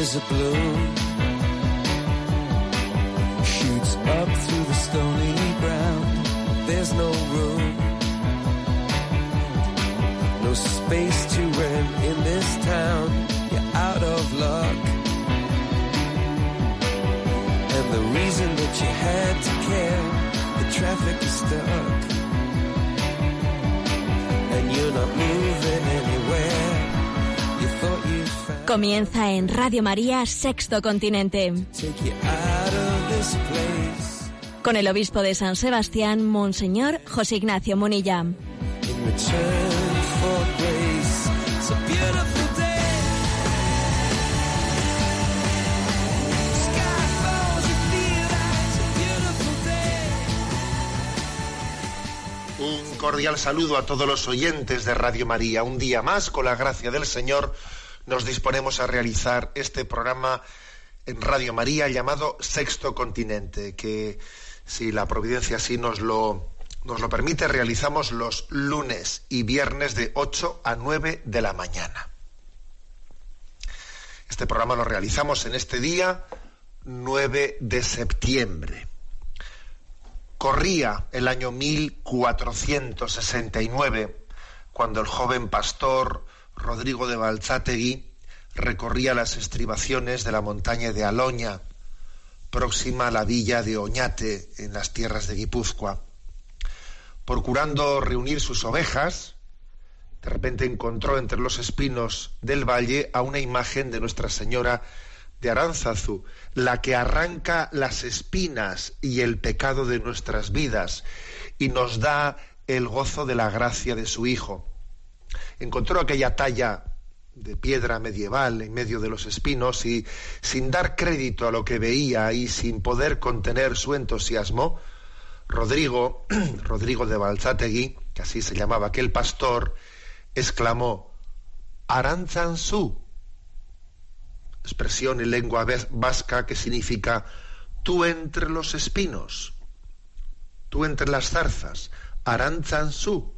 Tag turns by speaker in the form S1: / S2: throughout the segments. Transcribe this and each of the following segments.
S1: is a bloom, shoots up through the stony ground. There's no room, no space to rent in this town. You're out of luck, and the reason that you had to care, the traffic is stuck, and you're not moving anywhere. You thought you found.
S2: Comienza en Radio María Sexto Continente,
S1: Take you out of this place.
S2: con el obispo de San Sebastián, Monseñor José Ignacio Munilla.
S1: In return for grace, it's a beautiful day. Sky falls, you feel like it's a beautiful day.
S3: Un cordial saludo a todos los oyentes de Radio María. Un día más, con la gracia del Señor, nos disponemos a realizar este programa en Radio María llamado Sexto Continente, que, si la providencia así nos lo permite, realizamos los lunes y viernes de 8 a 9 de la mañana. Este programa lo realizamos en este día 9 de septiembre. Corría el año 1469, cuando el joven pastor Rodrigo de Baltzátegui recorría las estribaciones de la montaña de Aloña, próxima a la villa de Oñate, en las tierras de Guipúzcoa. Procurando reunir sus ovejas, de repente encontró entre los espinos del valle a una imagen de Nuestra Señora de Aránzazu, la que arranca las espinas y el pecado de nuestras vidas y nos da el gozo de la gracia de su Hijo. Encontró aquella talla de piedra medieval en medio de los espinos y, sin dar crédito a lo que veía y sin poder contener su entusiasmo, Rodrigo de Baltzátegui, que así se llamaba aquel pastor, exclamó: Arántzanzú, expresión en lengua vasca que significa tú entre los espinos, tú entre las zarzas, Arántzanzú.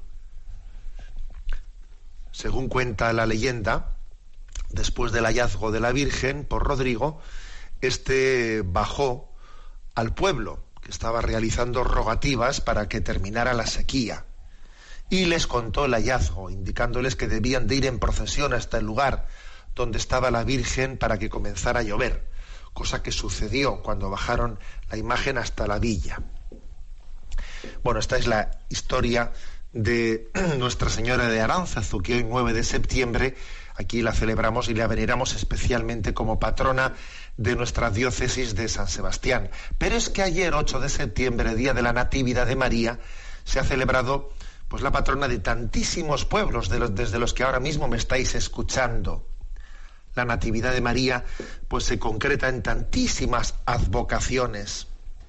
S3: Según cuenta la leyenda, después del hallazgo de la Virgen por Rodrigo, este bajó al pueblo, que estaba realizando rogativas para que terminara la sequía, y les contó el hallazgo, indicándoles que debían de ir en procesión hasta el lugar donde estaba la Virgen para que comenzara a llover, cosa que sucedió cuando bajaron la imagen hasta la villa. Bueno, esta es la historia de Nuestra Señora de Aránzazu, que hoy 9 de septiembre aquí la celebramos y la veneramos especialmente como patrona de nuestra diócesis de San Sebastián. Pero es que ayer, 8 de septiembre, día de la Natividad de María, se ha celebrado pues la patrona de tantísimos pueblos, desde los que ahora mismo me estáis escuchando. La Natividad de María pues se concreta en tantísimas advocaciones.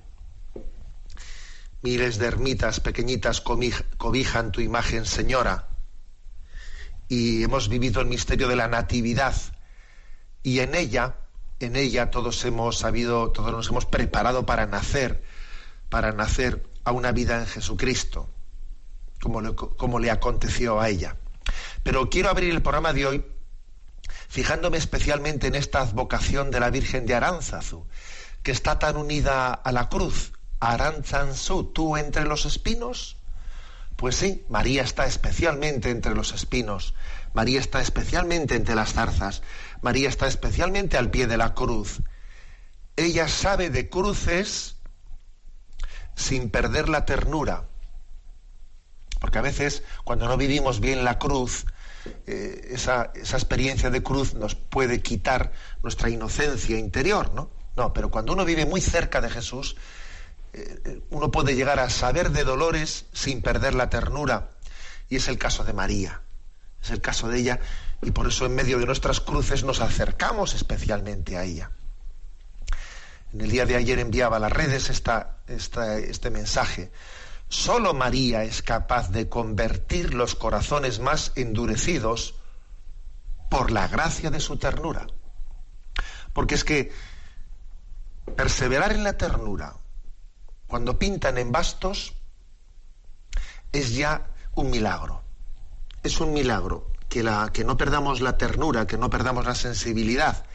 S3: Miles de ermitas pequeñitas cobijan tu imagen, Señora. Y hemos vivido el misterio de la Natividad. Y en ella todos nos hemos preparado para nacer a una vida en Jesucristo, como le aconteció a ella. Pero quiero abrir el programa de hoy fijándome especialmente en esta advocación de la Virgen de Aránzazu, que está tan unida a la cruz. Arántzanzú, tú entre los espinos. Pues sí, María está especialmente entre los espinos, María está especialmente entre las zarzas, María está especialmente al pie de la cruz. Ella sabe de cruces sin perder la ternura, porque a veces cuando no vivimos bien la cruz, esa experiencia de cruz nos puede quitar nuestra inocencia interior, ¿no? No, pero cuando uno vive muy cerca de Jesús, uno puede llegar a saber de dolores sin perder la ternura, y es el caso de María, es el caso de ella, y por eso en medio de nuestras cruces nos acercamos especialmente a ella. En el día de ayer enviaba a las redes este mensaje: solo María es capaz de convertir los corazones más endurecidos por la gracia de su ternura. Porque es que perseverar en la ternura cuando pintan en bastos es ya un milagro. Es un milagro que no perdamos la ternura, que no perdamos la sensibilidad.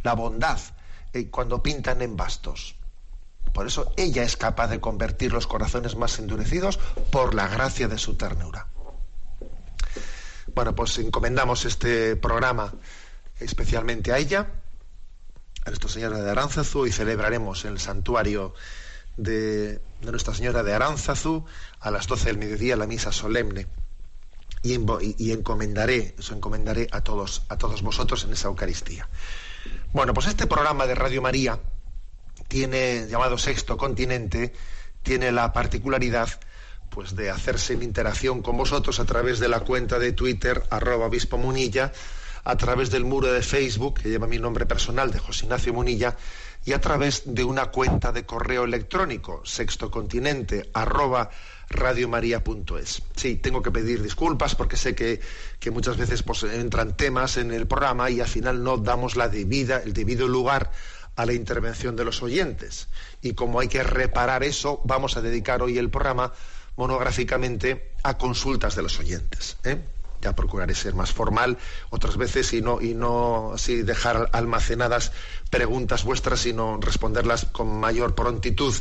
S3: la bondad, cuando pintan en bastos. Por eso ella es capaz de convertir los corazones más endurecidos por la gracia de su ternura. Bueno, pues encomendamos este programa especialmente a ella, a Nuestra Señora de Aránzazu, y celebraremos el santuario de Nuestra Señora de Aránzazu a las 12 del mediodía, la misa solemne. Y encomendaré a todos vosotros en esa Eucaristía. Bueno, pues este programa de Radio María llamado Sexto Continente, tiene la particularidad pues de hacerse en interacción con vosotros a través de la cuenta de Twitter @obispomunilla, a través del muro de Facebook que lleva mi nombre personal de José Ignacio Munilla, y a través de una cuenta de correo electrónico sextocontinente@radiomaria.es. Sí, tengo que pedir disculpas porque sé que muchas veces pues entran temas en el programa y al final no damos el debido lugar a la intervención de los oyentes. Y como hay que reparar eso, vamos a dedicar hoy el programa monográficamente a consultas de los oyentes. Ya procuraré ser más formal otras veces y no así dejar almacenadas preguntas vuestras, sino responderlas con mayor prontitud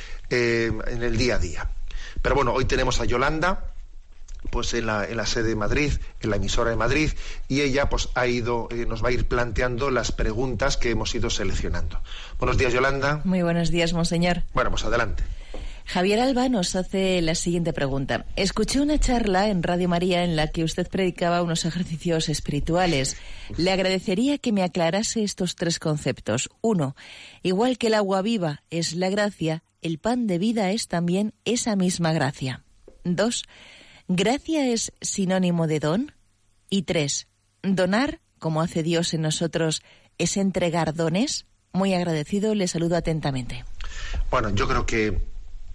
S3: en el día a día. Pero bueno, hoy tenemos a Yolanda pues en la sede de Madrid, en la emisora de Madrid, y ella pues nos va a ir planteando las preguntas que hemos ido seleccionando. Buenos días, Yolanda.
S4: Muy buenos días, monseñor.
S3: Bueno, pues adelante.
S4: Javier Alba nos hace la siguiente pregunta. Escuché una charla en Radio María en la que usted predicaba unos ejercicios espirituales. Le agradecería que me aclarase estos 3 conceptos. 1. Igual que el agua viva es la gracia, el pan de vida es también esa misma gracia. 2. ¿Gracia es sinónimo de don? Y 3. ¿Donar, como hace Dios en nosotros, es entregar dones? Muy agradecido, le saludo atentamente.
S3: Bueno, yo creo que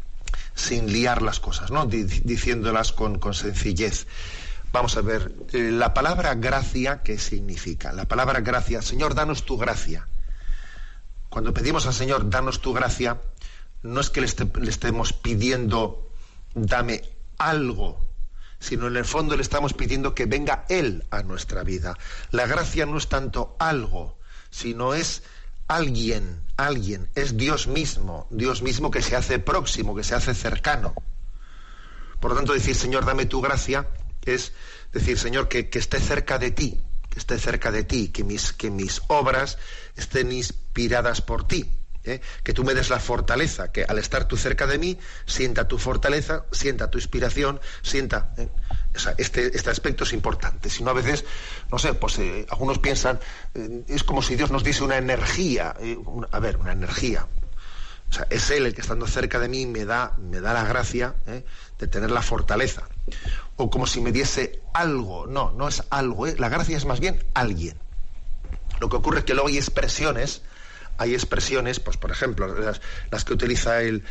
S3: sin liar las cosas, ¿no? Diciéndolas con sencillez. Vamos a ver, la palabra gracia, ¿qué significa? La palabra gracia, Señor, danos tu gracia. Cuando pedimos al Señor, danos tu gracia, no es que le estemos pidiendo, dame algo, sino en el fondo le estamos pidiendo que venga Él a nuestra vida. La gracia no es tanto algo, sino es alguien, es Dios mismo que se hace próximo, que se hace cercano. Por lo tanto, decir, Señor, dame tu gracia, es decir, Señor, que esté cerca de ti, que mis obras estén inspiradas por ti. Que tú me des la fortaleza, que al estar tú cerca de mí, sienta tu fortaleza, sienta tu inspiración, sienta... Este aspecto es importante. Si no, a veces, no sé, pues algunos piensan, es como si Dios nos diese una energía. Una energía. O sea, es Él el que estando cerca de mí me da la gracia de tener la fortaleza. O como si me diese algo. No es algo. La gracia es más bien alguien. Lo que ocurre es que luego hay expresiones, pues por ejemplo, las que utiliza el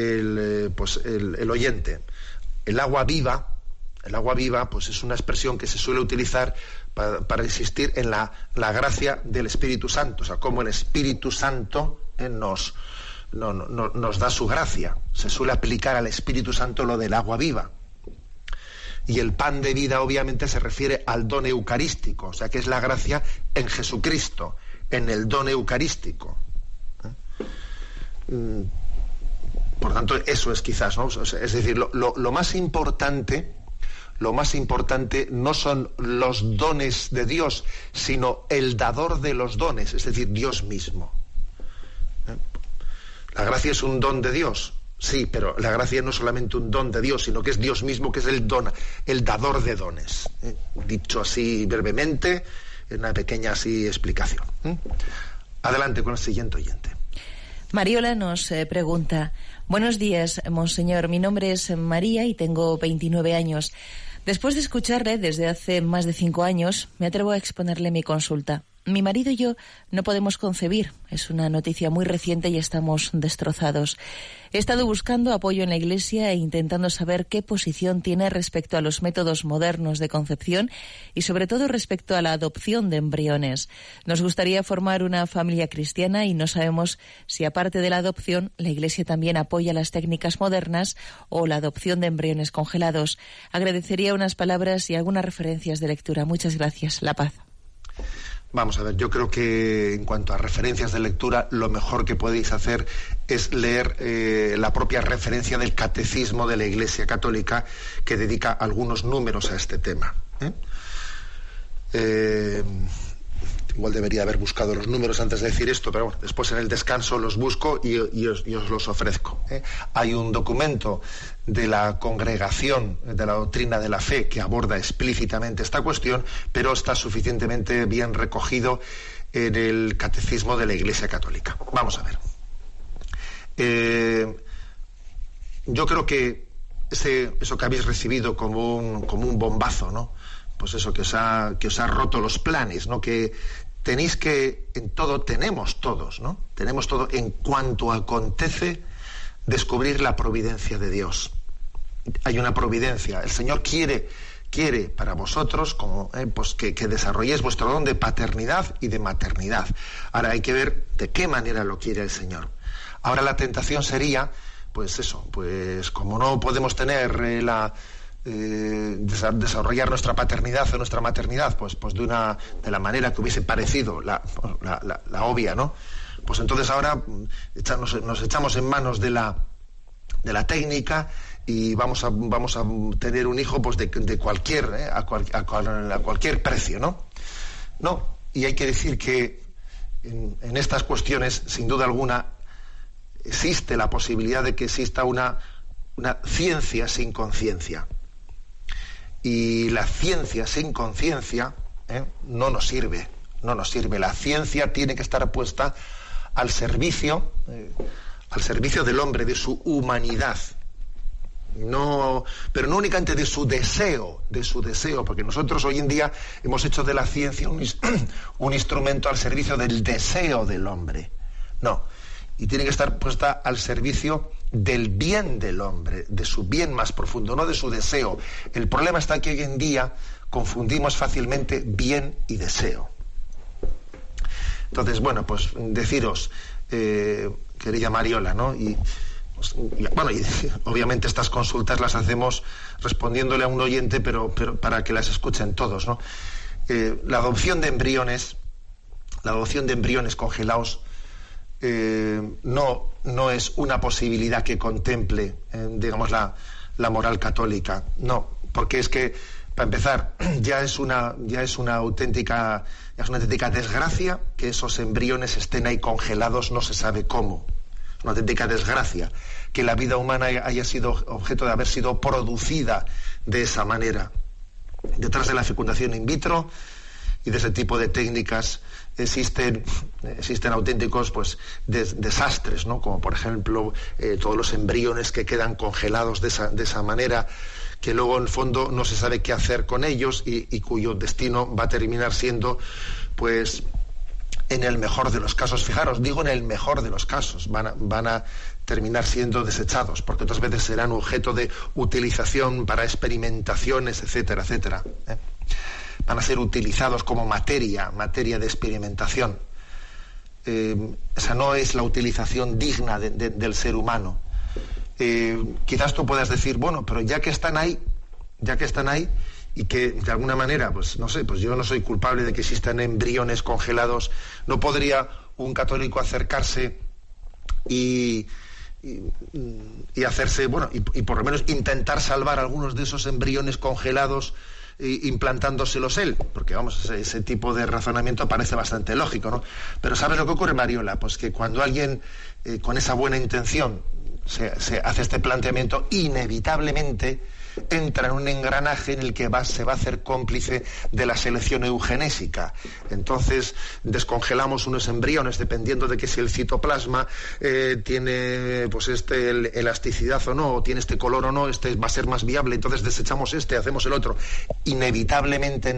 S3: oyente. El agua viva, pues es una expresión que se suele utilizar para insistir en la gracia del Espíritu Santo. O sea, como el Espíritu Santo nos da su gracia. Se suele aplicar al Espíritu Santo lo del agua viva. Y el pan de vida, obviamente, se refiere al don eucarístico. O sea, que es la gracia en Jesucristo, en el don eucarístico. Por tanto, eso es quizás, ¿no? O sea, es decir, lo más importante no son los dones de Dios, sino el dador de los dones, es decir, Dios mismo. La gracia es un don de Dios, sí, pero la gracia no es solamente un don de Dios, sino que es Dios mismo que es el dador de dones. Dicho así brevemente, en una pequeña así explicación. Adelante con el siguiente oyente.
S4: Mariola nos pregunta: buenos días, monseñor, mi nombre es María y tengo 29 años. Después de escucharle desde hace más de 5 años, me atrevo a exponerle mi consulta. Mi marido y yo no podemos concebir. Es una noticia muy reciente y estamos destrozados. He estado buscando apoyo en la Iglesia e intentando saber qué posición tiene respecto a los métodos modernos de concepción y sobre todo respecto a la adopción de embriones. Nos gustaría formar una familia cristiana y no sabemos si aparte de la adopción la Iglesia también apoya las técnicas modernas o la adopción de embriones congelados. Agradecería unas palabras y algunas referencias de lectura. Muchas gracias. La paz.
S3: Vamos a ver, yo creo que en cuanto a referencias de lectura, lo mejor que podéis hacer es leer la propia referencia del Catecismo de la Iglesia Católica, que dedica algunos números a este tema. Igual debería haber buscado los números antes de decir esto, pero bueno, después en el descanso los busco y os los ofrezco. Hay un documento de la Congregación de la Doctrina de la Fe que aborda explícitamente esta cuestión, pero está suficientemente bien recogido en el Catecismo de la Iglesia Católica. Vamos a ver. Yo creo que eso que habéis recibido como un bombazo, ¿no? Pues eso que os ha roto los planes, ¿no? Que tenéis que, en todo tenemos todos, ¿no? Tenemos todo en cuanto acontece, descubrir la providencia de Dios. Hay una providencia. El Señor quiere para vosotros como, pues que desarrolléis vuestro don de paternidad y de maternidad. Ahora hay que ver de qué manera lo quiere el Señor. Ahora la tentación sería, pues eso, pues como no podemos tener desarrollar nuestra paternidad o nuestra maternidad pues de la manera que hubiese parecido la obvia, ¿no? Pues entonces ahora nos echamos en manos de la técnica y vamos a tener un hijo pues de cualquier a cualquier precio, ¿no? No, y hay que decir que en estas cuestiones, sin duda alguna, existe la posibilidad de que exista una ciencia sin conciencia. Y la ciencia sin conciencia no nos sirve. La ciencia tiene que estar puesta al servicio del hombre, de su humanidad. Pero no únicamente de su deseo, porque nosotros hoy en día hemos hecho de la ciencia un instrumento al servicio del deseo del hombre. No, y tiene que estar puesta al servicio del bien del hombre, de su bien más profundo, no de su deseo. El problema está que hoy en día confundimos fácilmente bien y deseo. Entonces, bueno, pues deciros, querida Mariola, ¿no? Y obviamente estas consultas las hacemos respondiéndole a un oyente, pero para que las escuchen todos, ¿no? La adopción de embriones congelados no es una posibilidad que contemple, digamos, la moral católica. No, porque es que, para empezar, ya es una auténtica desgracia que esos embriones estén ahí congelados, no se sabe cómo. Es una auténtica desgracia que la vida humana haya sido objeto de haber sido producida de esa manera. Detrás de la fecundación in vitro y de ese tipo de técnicas existen auténticos desastres, ¿no? Como por ejemplo todos los embriones que quedan congelados de esa manera, que luego en el fondo no se sabe qué hacer con ellos y cuyo destino va a terminar siendo, pues, en el mejor de los casos, fijaros, digo en el mejor de los casos, van a terminar siendo desechados, porque otras veces serán objeto de utilización para experimentaciones, etcétera, etcétera. Van a ser utilizados como materia de experimentación. Esa no es la utilización digna del ser humano. Quizás tú puedas decir, bueno, pero ya que están ahí, y que de alguna manera, pues no sé, pues yo no soy culpable de que existan embriones congelados, ¿no podría un católico acercarse y hacerse, bueno, y por lo menos intentar salvar algunos de esos embriones congelados implantándoselos él? Porque vamos, ese tipo de razonamiento parece bastante lógico, ¿no? Pero ¿sabes lo que ocurre, Mariola? Pues que cuando alguien con esa buena intención se hace este planteamiento, inevitablemente entra en un engranaje en el que se va a hacer cómplice de la selección eugenésica. Entonces descongelamos unos embriones dependiendo de que si el citoplasma tiene pues elasticidad o no, o tiene este color o no, este va a ser más viable, entonces desechamos hacemos el otro. Inevitablemente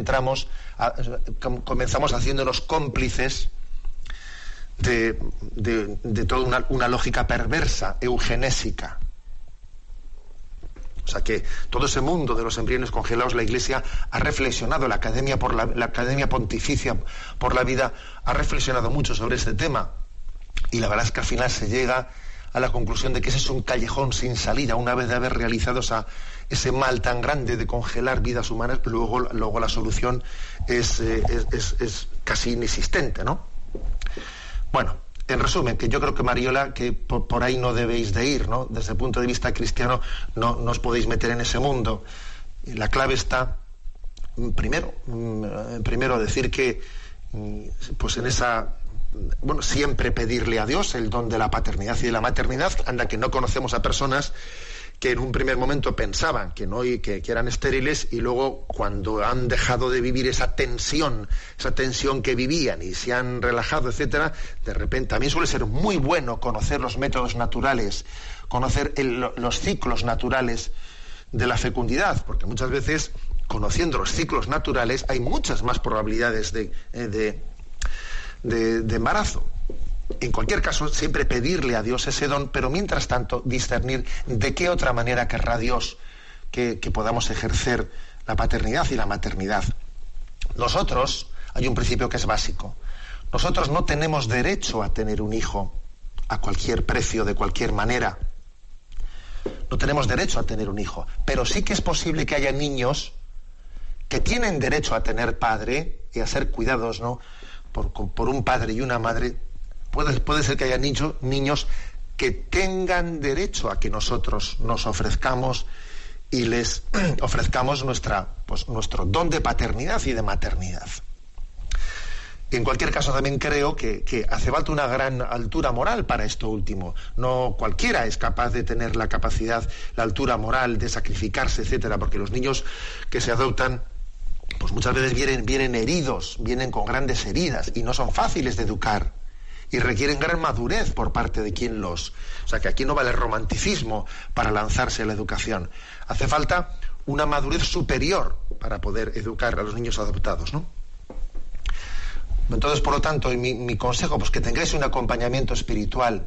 S3: comenzamos haciéndonos cómplices de toda una lógica perversa, eugenésica. O sea que todo ese mundo de los embriones congelados, la Iglesia ha reflexionado, la Academia Pontificia por la Vida ha reflexionado mucho sobre este tema, y la verdad es que al final se llega a la conclusión de que ese es un callejón sin salida. Una vez de haber realizado ese mal tan grande de congelar vidas humanas, luego la solución es casi inexistente, ¿no? Bueno, en resumen, que yo creo que Mariola, que por ahí no debéis de ir, ¿no? Desde el punto de vista cristiano no os podéis meter en ese mundo. Y la clave está, primero decir que, pues en esa, bueno, siempre pedirle a Dios el don de la paternidad y de la maternidad, anda que no conocemos a personas que en un primer momento pensaban que eran estériles, y luego cuando han dejado de vivir esa tensión que vivían y se han relajado, etcétera, de repente también suele ser muy bueno conocer los métodos naturales, conocer los ciclos naturales de la fecundidad, porque muchas veces, conociendo los ciclos naturales, hay muchas más probabilidades de embarazo. En cualquier caso, siempre pedirle a Dios ese don, pero mientras tanto discernir de qué otra manera querrá Dios que podamos ejercer la paternidad y la maternidad. Nosotros, hay un principio que es básico, nosotros no tenemos derecho a tener un hijo a cualquier precio, de cualquier manera. No tenemos derecho a tener un hijo, pero sí que es posible que haya niños que tienen derecho a tener padre y a ser cuidados, ¿no?, por un padre y una madre. Puede ser que haya niños que tengan derecho a que nosotros nos ofrezcamos y les ofrezcamos nuestro don de paternidad y de maternidad. Y en cualquier caso también creo que hace falta una gran altura moral para esto último. No cualquiera es capaz de tener la capacidad, la altura moral de sacrificarse, etcétera, porque los niños que se adoptan, pues muchas veces vienen heridos, vienen con grandes heridas y no son fáciles de educar. Y requieren gran madurez por parte de quien los... O sea, que aquí no vale el romanticismo para lanzarse a la educación. Hace falta una madurez superior para poder educar a los niños adoptados, ¿no? Entonces, por lo tanto, mi consejo, pues que tengáis un acompañamiento espiritual,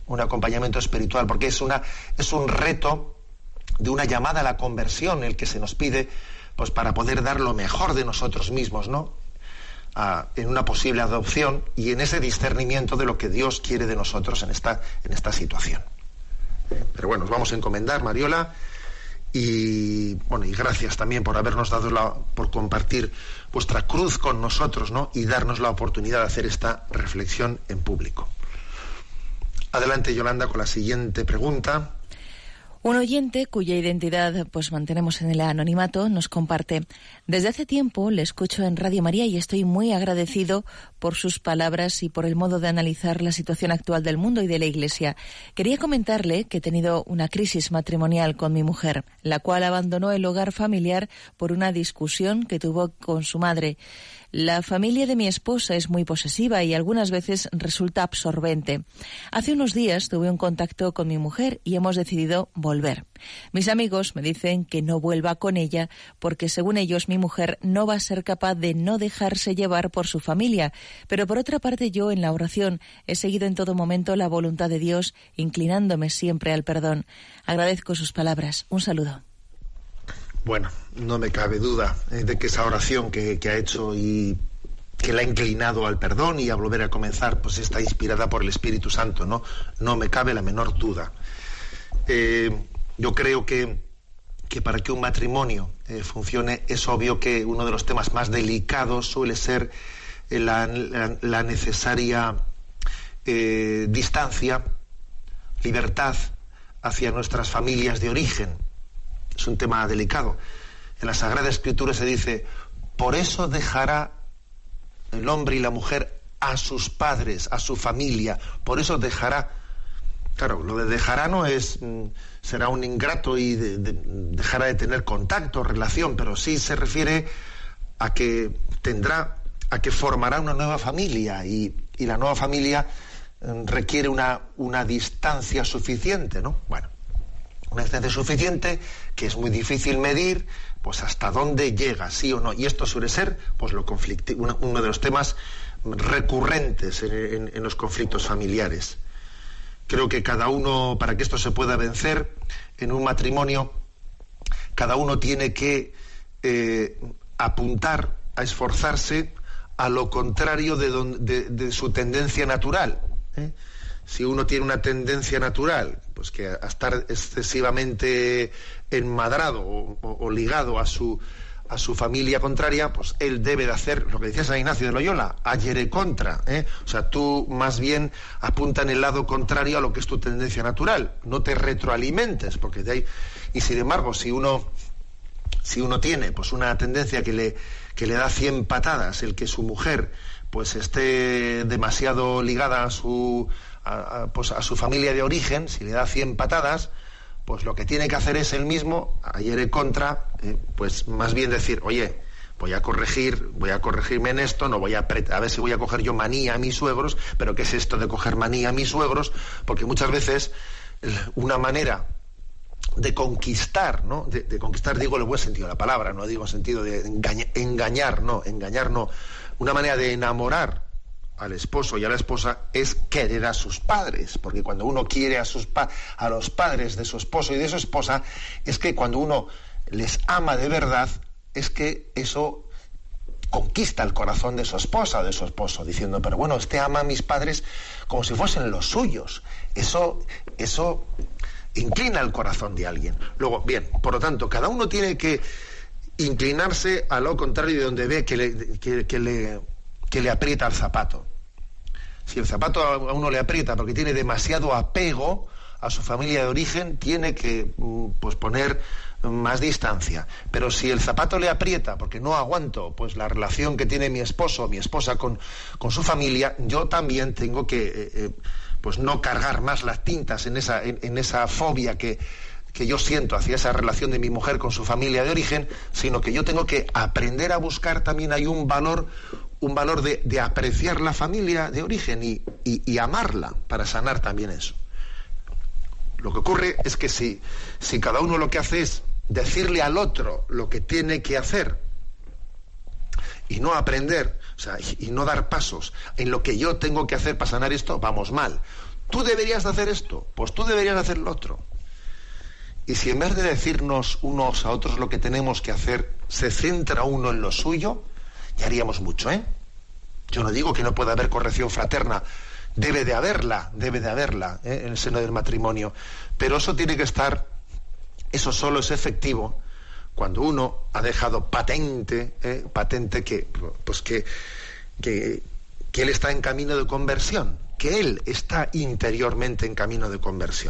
S3: porque es un reto de una llamada a la conversión el que se nos pide, pues para poder dar lo mejor de nosotros mismos, ¿no?, en una posible adopción y en ese discernimiento de lo que Dios quiere de nosotros en esta situación. Pero bueno, os vamos a encomendar, Mariola, y gracias también por habernos por compartir vuestra cruz con nosotros, ¿no?, y darnos la oportunidad de hacer esta reflexión en público. Adelante, Yolanda, con la siguiente pregunta.
S4: Un oyente cuya identidad pues mantenemos en el anonimato nos comparte: desde hace tiempo le escucho en Radio María y estoy muy agradecido por sus palabras y por el modo de analizar la situación actual del mundo y de la Iglesia. Quería comentarle que he tenido una crisis matrimonial con mi mujer, la cual abandonó el hogar familiar por una discusión que tuvo con su madre. La familia de mi esposa es muy posesiva y algunas veces resulta absorbente. Hace unos días tuve un contacto con mi mujer y hemos decidido volver. Mis amigos me dicen que no vuelva con ella porque, según ellos, mi mujer no va a ser capaz de no dejarse llevar por su familia. Pero por otra parte, yo en la oración he seguido en todo momento la voluntad de Dios, inclinándome siempre al perdón. Agradezco sus palabras. Un saludo.
S3: Bueno, no me cabe duda de que esa oración que ha hecho y que la ha inclinado al perdón y a volver a comenzar, pues está inspirada por el Espíritu Santo, ¿no? No me cabe la menor duda. Yo creo que para que un matrimonio funcione, es obvio que uno de los temas más delicados suele ser la necesaria distancia, libertad hacia nuestras familias de origen. Es un tema delicado. En la Sagrada Escritura se dice: por eso dejará el hombre y la mujer a sus padres, a su familia, por eso dejará. Claro, lo de dejará no es, será un ingrato y dejará de tener contacto, relación, pero sí se refiere a que formará una nueva familia y la nueva familia requiere una distancia suficiente, ¿no? Bueno, una distancia suficiente que es muy difícil medir, pues hasta dónde llega, sí o no. Y esto suele ser pues uno de los temas recurrentes en los conflictos familiares. Creo que cada uno, para que esto se pueda vencer en un matrimonio, cada uno tiene que apuntar a esforzarse a lo contrario de su tendencia natural. Si uno tiene una tendencia natural, pues que a estar excesivamente enmadrado o ligado a su a su familia contraria, pues él debe de hacer lo que decía San Ignacio de Loyola, ayer contra, o sea, tú más bien apunta en el lado contrario a lo que es tu tendencia natural, no te retroalimentes, porque de ahí, y sin embargo, si uno tiene pues una tendencia que le da 100 patadas, el que su mujer pues esté demasiado ligada a su familia de origen, si le da 100 patadas, pues lo que tiene que hacer es él mismo, ayer contra, pues más bien decir, oye, voy a corregirme en esto, no voy a ver si voy a coger yo manía a mis suegros, pero ¿qué es esto de coger manía a mis suegros? Porque muchas veces una manera de conquistar, ¿no? De conquistar, digo en el buen sentido de la palabra, no digo en sentido de engañar, no. Una manera de enamorar al esposo y a la esposa es querer a sus padres, porque cuando uno quiere a los padres de su esposo y de su esposa, es que cuando uno les ama de verdad, es que eso conquista el corazón de su esposa o de su esposo, diciendo, pero bueno, este ama a mis padres como si fuesen los suyos. Eso inclina el corazón de alguien. Luego, bien, por lo tanto, cada uno tiene que inclinarse a lo contrario de donde ve que le aprieta el zapato. Si el zapato a uno le aprieta porque tiene demasiado apego a su familia de origen, tiene que pues poner más distancia. Pero si el zapato le aprieta porque no aguanto pues la relación que tiene mi esposo o mi esposa con su familia, yo también tengo que pues no cargar más las tintas en esa fobia que yo siento hacia esa relación de mi mujer con su familia de origen, sino que yo tengo que aprender a buscar también hay un valor de apreciar la familia de origen y amarla para sanar también eso. Lo que ocurre es que si cada uno lo que hace es decirle al otro lo que tiene que hacer y no aprender, o sea, y no dar pasos en lo que yo tengo que hacer para sanar esto, vamos mal. Tú deberías de hacer esto, pues tú deberías de hacer lo otro. Y si en vez de decirnos unos a otros lo que tenemos que hacer, se centra uno en lo suyo, ya haríamos mucho, ¿eh? Yo no digo que no pueda haber corrección fraterna, debe de haberla, en el seno del matrimonio, pero eso tiene que estar, eso solo es efectivo cuando uno ha dejado patente que él está en camino de conversión, que él está interiormente en camino de conversión.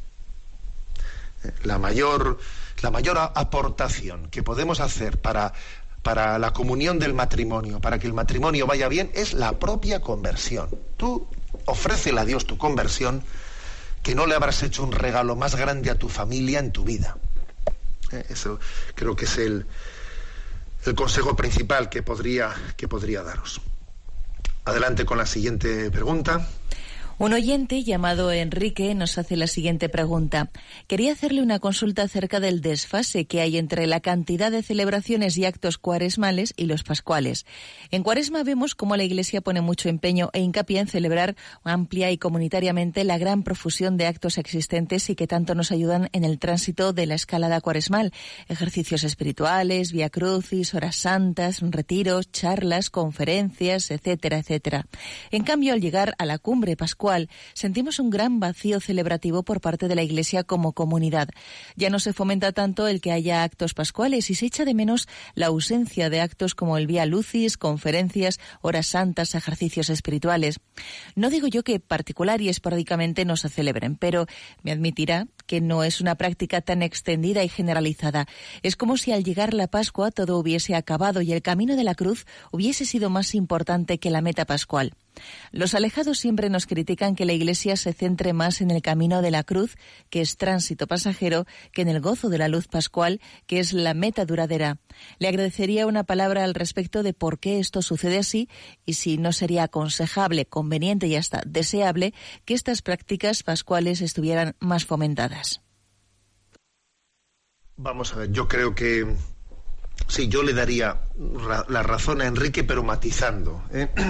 S3: La mayor aportación que podemos hacer para la comunión del matrimonio, para que el matrimonio vaya bien, es la propia conversión. Tú ofrécele a Dios tu conversión, que no le habrás hecho un regalo más grande a tu familia en tu vida. Eso creo que es el consejo principal que podría daros. Adelante con la siguiente pregunta.
S4: Un oyente llamado Enrique nos hace la siguiente pregunta. Quería hacerle una consulta acerca del desfase que hay entre la cantidad de celebraciones y actos cuaresmales y los pascuales. En Cuaresma vemos cómo la Iglesia pone mucho empeño e hincapié en celebrar amplia y comunitariamente la gran profusión de actos existentes y que tanto nos ayudan en el tránsito de la escalada cuaresmal. Ejercicios espirituales, vía crucis, horas santas, retiros, charlas, conferencias, etcétera, etcétera. En cambio, al llegar a la cumbre pascual, sentimos un gran vacío celebrativo por parte de la Iglesia como comunidad. Ya no se fomenta tanto el que haya actos pascuales y se echa de menos la ausencia de actos como el Vía Lucis, conferencias, horas santas, ejercicios espirituales. No digo yo que particular y esporádicamente no se celebren, pero me admitirá que no es una práctica tan extendida y generalizada. Es como si al llegar la Pascua todo hubiese acabado y el camino de la cruz hubiese sido más importante que la meta pascual. Los alejados siempre nos critican que la Iglesia se centre más en el camino de la cruz, que es tránsito pasajero, que en el gozo de la luz pascual, que es la meta duradera. Le agradecería una palabra al respecto de por qué esto sucede así y si no sería aconsejable, conveniente y hasta deseable que estas prácticas pascuales estuvieran más fomentadas.
S3: Vamos a ver, yo creo que sí, yo le daría la razón a Enrique, pero matizando.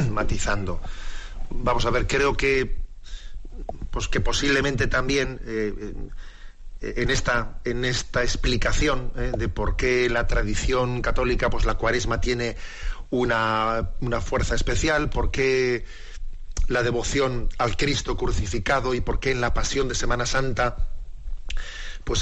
S3: Vamos a ver, creo que posiblemente también en esta explicación de por qué la tradición católica, pues la Cuaresma tiene una fuerza especial, por qué la devoción al Cristo crucificado y por qué en la Pasión de Semana Santa pues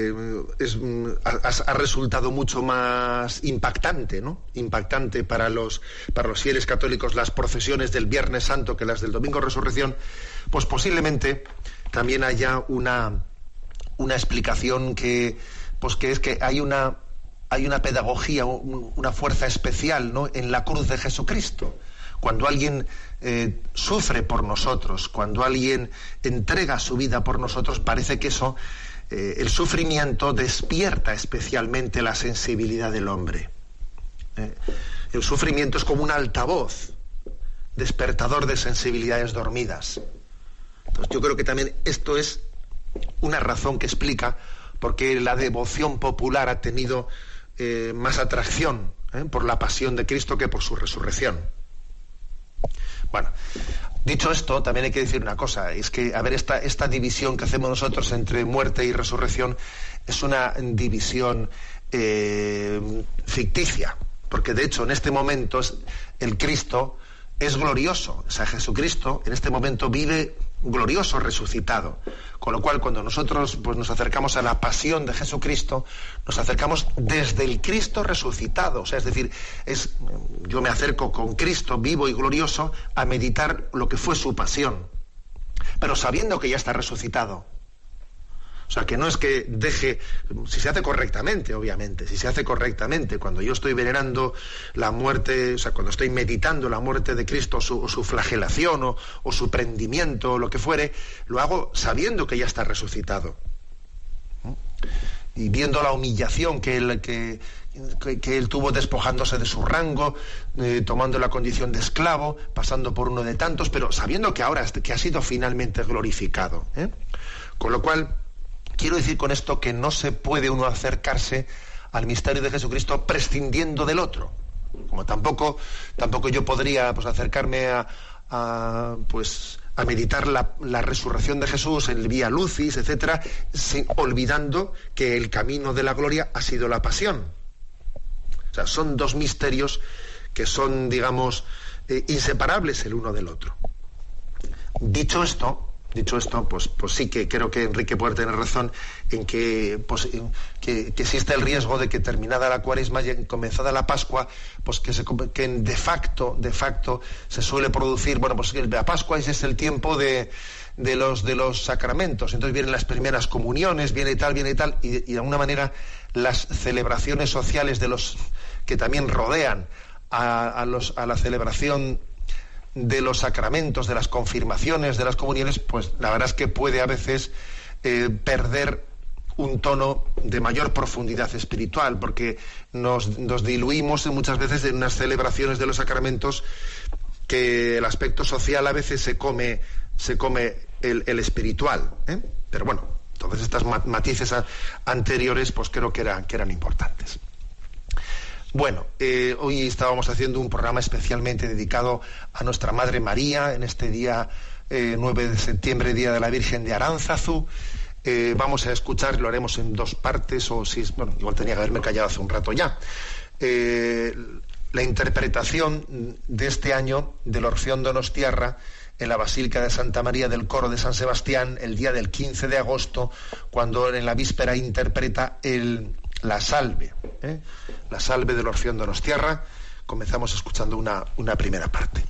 S3: ha resultado mucho más impactante, ¿no? Impactante para los fieles católicos las procesiones del Viernes Santo que las del Domingo de Resurrección, pues posiblemente también haya una explicación que es que hay una pedagogía, una fuerza especial, ¿no?, en la cruz de Jesucristo. Cuando alguien sufre por nosotros, cuando alguien entrega su vida por nosotros, parece que eso, el sufrimiento despierta especialmente la sensibilidad del hombre. El sufrimiento es como un altavoz, despertador de sensibilidades dormidas. Entonces yo creo que también esto es una razón que explica por qué la devoción popular ha tenido más atracción por la pasión de Cristo que por su resurrección. Bueno, dicho esto, también hay que decir una cosa, es que, a ver, esta división que hacemos nosotros entre muerte y resurrección es una división ficticia, porque de hecho en este momento el Cristo es glorioso, o sea, Jesucristo en este momento vive glorioso, resucitado, con lo cual cuando nosotros pues nos acercamos a la pasión de Jesucristo, nos acercamos desde el Cristo resucitado, o sea, es decir, yo me acerco con Cristo vivo y glorioso a meditar lo que fue su pasión, pero sabiendo que ya está resucitado. O sea, que no es que deje, si se hace correctamente, obviamente, si se hace correctamente, cuando yo estoy venerando la muerte, o sea, cuando estoy meditando la muerte de Cristo, o su flagelación, o su prendimiento, o lo que fuere, lo hago sabiendo que ya está resucitado. Y viendo la humillación que él tuvo despojándose de su rango, tomando la condición de esclavo, pasando por uno de tantos, pero sabiendo que ahora que ha sido finalmente glorificado. Con lo cual, quiero decir con esto que no se puede uno acercarse al misterio de Jesucristo prescindiendo del otro. Como tampoco yo podría pues acercarme a meditar la resurrección de Jesús, el Vía Lucis, etcétera, olvidando que el camino de la gloria ha sido la pasión. O sea, son dos misterios que son, digamos, inseparables el uno del otro. Dicho esto, pues sí que creo que Enrique puede tener razón en que existe el riesgo de que terminada la Cuaresma y comenzada la Pascua, pues que de facto se suele producir, bueno, pues la Pascua es el tiempo de los sacramentos, entonces vienen las primeras comuniones, viene tal, y de alguna manera las celebraciones sociales de los que también rodean a la celebración de los sacramentos, de las confirmaciones, de las comuniones, pues la verdad es que puede a veces perder un tono de mayor profundidad espiritual, porque nos diluimos muchas veces en unas celebraciones de los sacramentos que el aspecto social a veces se come el espiritual, pero bueno, entonces estas matices anteriores pues creo que eran importantes. Bueno, hoy estábamos haciendo un programa especialmente dedicado a nuestra Madre María en este día 9 de septiembre, Día de la Virgen de Aránzazu. Vamos a escuchar, lo haremos en dos partes, igual tenía que haberme callado hace un rato ya. La interpretación de este año del Orfeón Donostiarra en la Basílica de Santa María del Coro de San Sebastián, el día del 15 de agosto, cuando en la víspera interpreta la salve del Orfeón Donostiarra. Comenzamos escuchando una primera parte.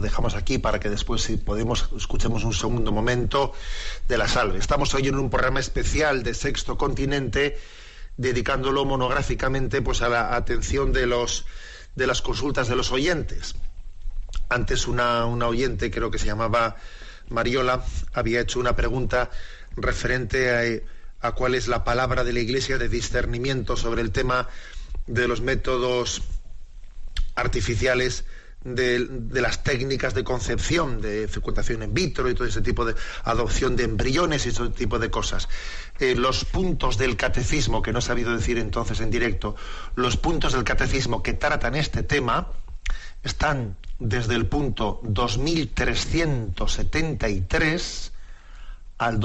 S3: dejamos aquí para que después, si podemos, escuchemos un segundo momento de la salve. Estamos hoy en un programa especial de Sexto Continente, dedicándolo monográficamente pues a la atención de las consultas de los oyentes. Antes una oyente, creo que se llamaba Mariola, había hecho una pregunta referente a cuál es la palabra de la Iglesia de discernimiento sobre el tema de los métodos artificiales, de las técnicas de concepción, de fecundación in vitro y todo ese tipo de adopción de embriones y ese tipo de cosas. Los puntos del catecismo, que no he sabido decir entonces en directo, los puntos del catecismo que tratan este tema están desde el punto 2373 al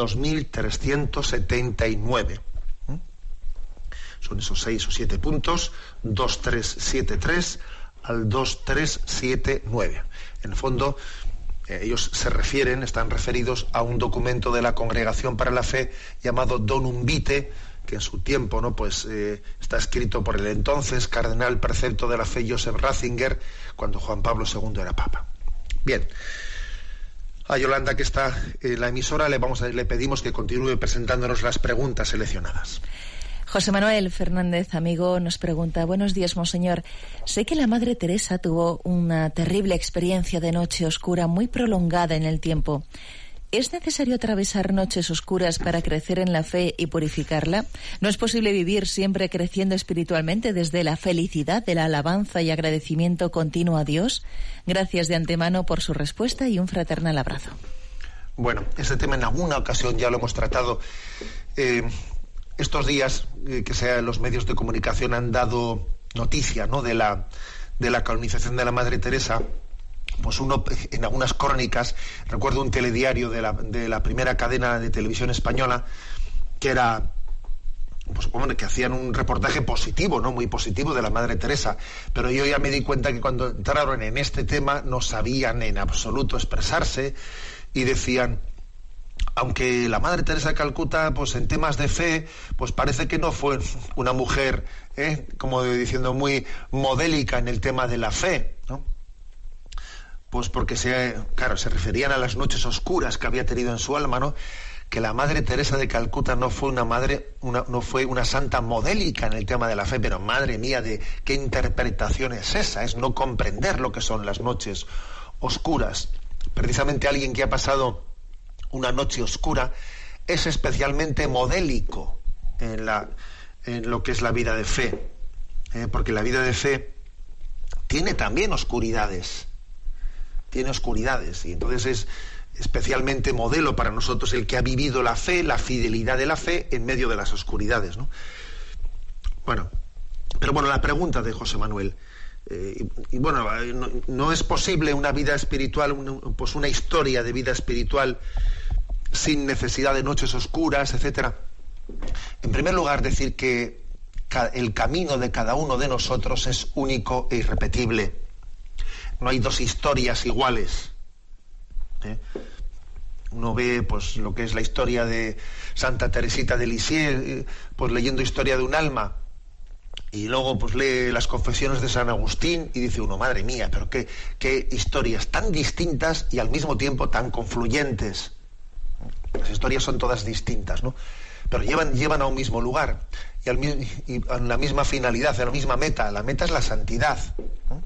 S3: 2379. Son esos 6 o 7 puntos, 2373 al 2379. En el fondo, ellos están referidos a un documento de la Congregación para la Fe llamado Donum Vitae, que en su tiempo, ¿no?, pues está escrito por el entonces cardenal precepto de la fe Joseph Ratzinger, cuando Juan Pablo II era papa. Bien, a Yolanda, que está en la emisora, le pedimos que continúe presentándonos las preguntas seleccionadas.
S4: José Manuel Fernández, amigo, nos pregunta: buenos días, monseñor. Sé que la Madre Teresa tuvo una terrible experiencia de noche oscura muy prolongada en el tiempo. ¿Es necesario atravesar noches oscuras para crecer en la fe y purificarla? ¿No es posible vivir siempre creciendo espiritualmente desde la felicidad de la alabanza y agradecimiento continuo a Dios? Gracias de antemano por su respuesta y un fraternal abrazo.
S3: Bueno, este tema en alguna ocasión ya lo hemos tratado. Estos días que los medios de comunicación han dado noticia, ¿no?, de la canonización de la Madre Teresa. Pues uno, en algunas crónicas, recuerdo un telediario de la primera cadena de televisión española, que era, pues hombre, que hacían un reportaje positivo, ¿no?, muy positivo de la Madre Teresa, pero yo ya me di cuenta que cuando entraron en este tema no sabían en absoluto expresarse y decían, aunque la Madre Teresa de Calcuta, pues en temas de fe, pues parece que no fue una mujer, como diciendo, muy modélica en el tema de la fe, ¿no? Pues porque se referían a las noches oscuras que había tenido en su alma, ¿no? Que la Madre Teresa de Calcuta no fue no fue una santa modélica en el tema de la fe, pero madre mía, de qué interpretación es esa, es no comprender lo que son las noches oscuras. Precisamente alguien que ha pasado una noche oscura es especialmente modélico en lo que es la vida de fe, porque la vida de fe tiene también oscuridades, y entonces es especialmente modelo para nosotros el que ha vivido la fe, la fidelidad de la fe en medio de las oscuridades, ¿no? Pero la pregunta de José Manuel, no es posible una vida espiritual, una historia de vida espiritual sin necesidad de noches oscuras, etcétera. En primer lugar, decir que el camino de cada uno de nosotros es único e irrepetible. No hay dos historias iguales. Uno ve, pues, lo que es la historia de Santa Teresita de Lisieux, pues leyendo Historia de un alma, y luego pues lee las Confesiones de San Agustín y dice uno, madre mía, pero qué historias tan distintas y al mismo tiempo tan confluyentes. Las historias son todas distintas, ¿no? Pero llevan a un mismo lugar y a la misma finalidad, a la misma meta. La meta es la santidad, ¿no?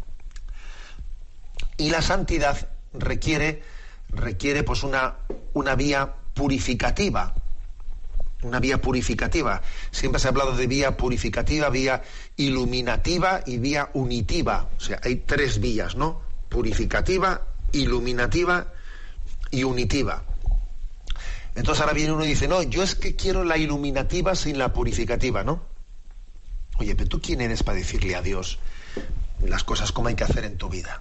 S3: Y la santidad requiere pues una vía purificativa. Una vía purificativa. Siempre se ha hablado de vía purificativa, vía iluminativa y vía unitiva. O sea, hay 3 vías, ¿no? Purificativa, iluminativa y unitiva. Entonces ahora viene uno y dice, no, yo es que quiero la iluminativa sin la purificativa, ¿no? Oye, pero ¿tú quién eres para decirle a Dios las cosas como hay que hacer en tu vida?